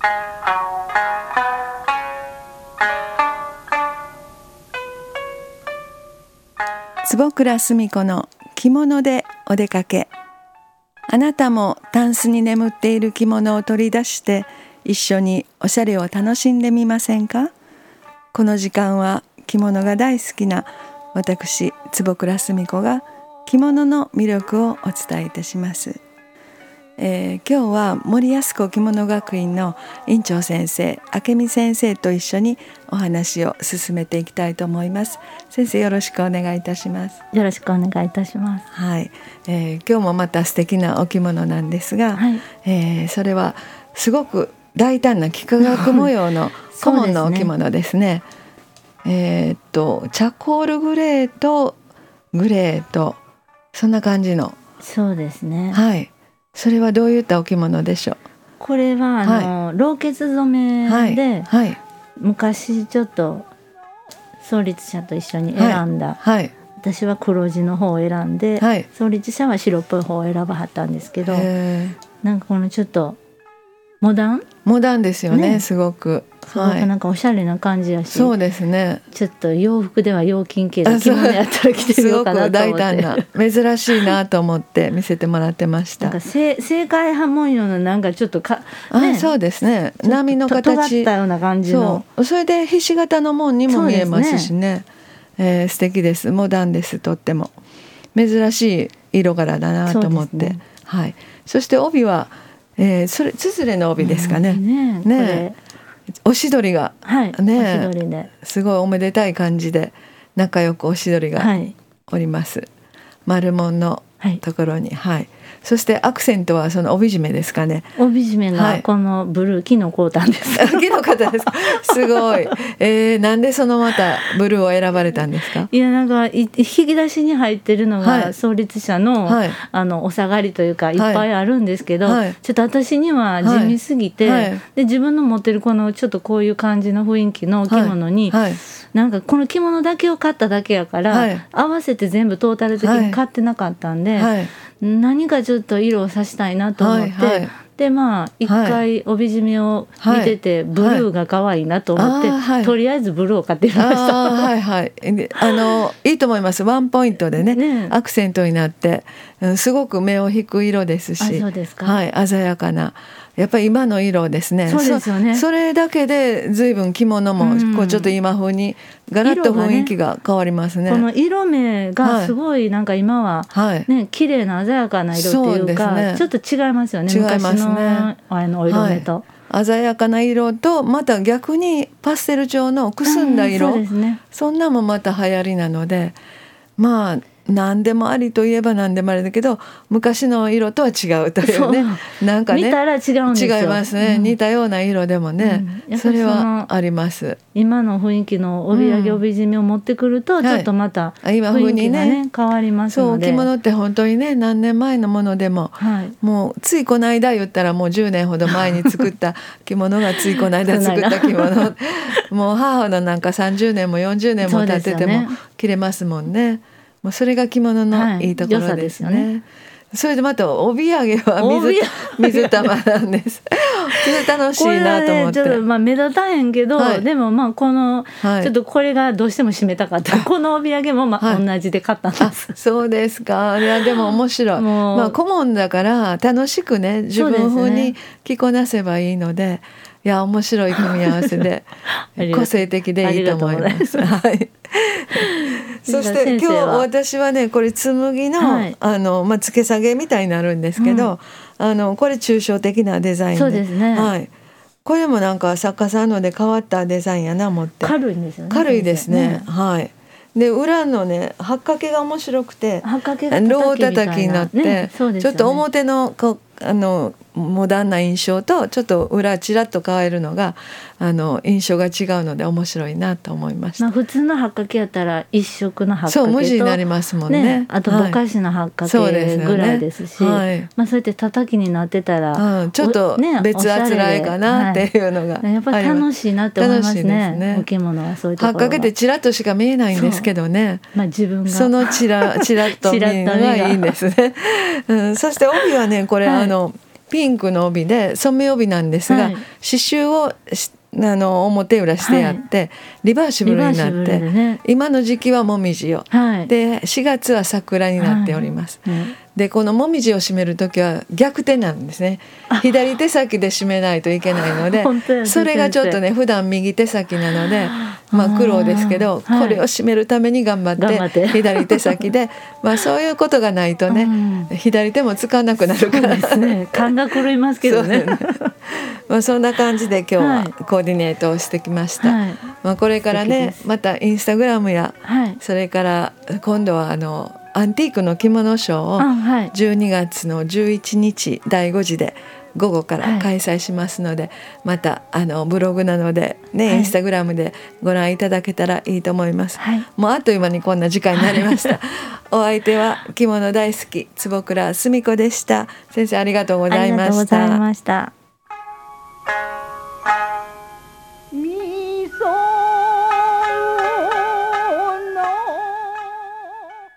坪倉澄子の着物でお出かけ。あなたもタンスに眠っている着物を取り出して一緒におしゃれを楽しんでみませんか。この時間は着物が大好きな私坪倉澄子が着物の魅力をお伝えいたします。今日は森安子着物学院の院長先生明美先生と一緒にお話を進めていきたいと思います。先生、よろしくお願いいたします。 よろしくお願いいたします。 はい、今日もまた素敵なお着物なんですが、 はい、 それはすごく大胆な幾何学模様の顧問のお着物ですね。チャコールグレーとグレーとそんな感じの。 そうですね。 はい。それはどういったお着物でしょう。 これは老血染めで、 はい、 昔ちょっと創立者と一緒に選んだ、 はい、 私は黒地の方を選んで、 はい、 創立者は白っぽい方を選ばはったんですけど、なんかこのちょっとモダンですよね、すごく。 すごくなんかおしゃれな感じやし、 そうですね。 ちょっと洋服では洋金系の着物やったら着てみようかなと思って、 すごく大胆な珍しいなと思って見せてもらってました。 なんか正解派文様のなんかちょっとそうですね。波の形尖ったような感じの。 それでひし形の門にも見えますしね。素敵です。モダンです。とっても珍しい色柄だなと思って、はい。そして帯は、それつづれの帯ですかね。ね。おしどりが、ね、 おしどりですごいおめでたい感じで仲良くおしどりがおります。丸門のところに、はい。そしてアクセントはその帯締めですかね。 帯締めがこのブルー、木のコータンです。 木の方です。すごい。なんでそのまたブルーを選ばれたんですか。 いや、なんか引き出しに入ってるのが創立者の、お下がりというかいっぱいあるんですけど、ちょっと私には地味すぎて、で自分の持ってるこのちょっとこういう感じの雰囲気の着物に、なんかこの着物だけを買っただけやから、合わせて全部トータル的に買ってなかったんで、何かちょっと色をさしたいなと思って、で一回帯締めを見てて、ブルーが可愛いなと思って、とりあえずブルーを買ってみました。 いいと思います。ワンポイントでね、アクセントになって、すごこう引く色ですし、 そうですか。 鮮やかな。やっぱり今の色ですね。 そうですよね。 それだけで随分着物もこうちょっと今風にガラッと雰囲気が変わりますね。 この色目がすごいなんか今はね、綺麗な鮮やかな色っていうか、ちょっと違いますよね。昔のお色目と。 鮮やかな色とまた逆にパステル調のくすんだ色、そんなもまた流行りなので、何でもありといえば何でもありだけど、昔の色とは違うというね。なんかね、 見たら違うんですよ。 違いますね。似たような色でもね、それはあります。 今の雰囲気の帯揚げ帯締めを持ってくると、ちょっとまた雰囲気がね変わりますので。 着物って本当にね、何年前のものでも、もうついこの間言ったらもう10年ほど前に作った着物がついこの間作った着物もう母のなんか30年も40年も経ってても着れますもんね。もうそれが着物のいいところですね。それでまた帯揚げは水玉なんです。楽しいなと思って。 これちょっと目立たへんけど、でもこの、ちょっとこれがどうしても締めたかった。この帯揚げも同じで買ったんです。 そうですか。いやでも面白い。顧問だから楽しくね、自分風に着こなせばいいので、いや面白い組み合わせで個性的でいいと思います。はい。そして今日私はね、これ紬の付け下げみたいになるんですけど、これ抽象的なデザインで、 そうですね。 はい。これもなんか作家さんので変わったデザインやな思って。 軽いんですよね。 軽いですね。はい。で裏のね八掛けが面白くて、ロー叩きになって、ちょっと表のモダンな印象とちょっと裏ちらっと変えるのが印象が違うので面白いなと思いました。 普通の八掛けやったら一色の八掛けと、 無地になりますもんね。 あとぼかしの八掛けぐらいですし、そうやって叩きになってたら、 ちょっと別あつらいかなっていうのが、 やっぱり楽しいなって思いますね。お着物はそういうところが。 八掛けってちらっとしか見えないんですけどね。 自分がそのちらっと見るのがいいんですね。そして帯はね、これピンクの帯で染め帯なんですが、刺繍を表裏してやって、リバーシブルになって、今の時期はもみじを、で4月は桜になっております。でこのもみじを締める時は逆手なんですね。左手先で締めないといけないので、それがちょっとね普段右手先なので、苦労ですけど、これを締めるために頑張って左手先でそういうことがないとね、左手も使わなくなるから、 勘が狂いますけどね。 そんな感じで今日はコーディネートをしてきました。これからねまたインスタグラムや、それから今度はアンティークの着物ショーを12月の11日第5時で午後から開催しますので、またブログなのでね、インスタグラムでご覧いただけたらいいと思います。もうあっという間にこんな時間になりました。お相手は着物大好き坪倉澄子でした。先生ありがとうございました。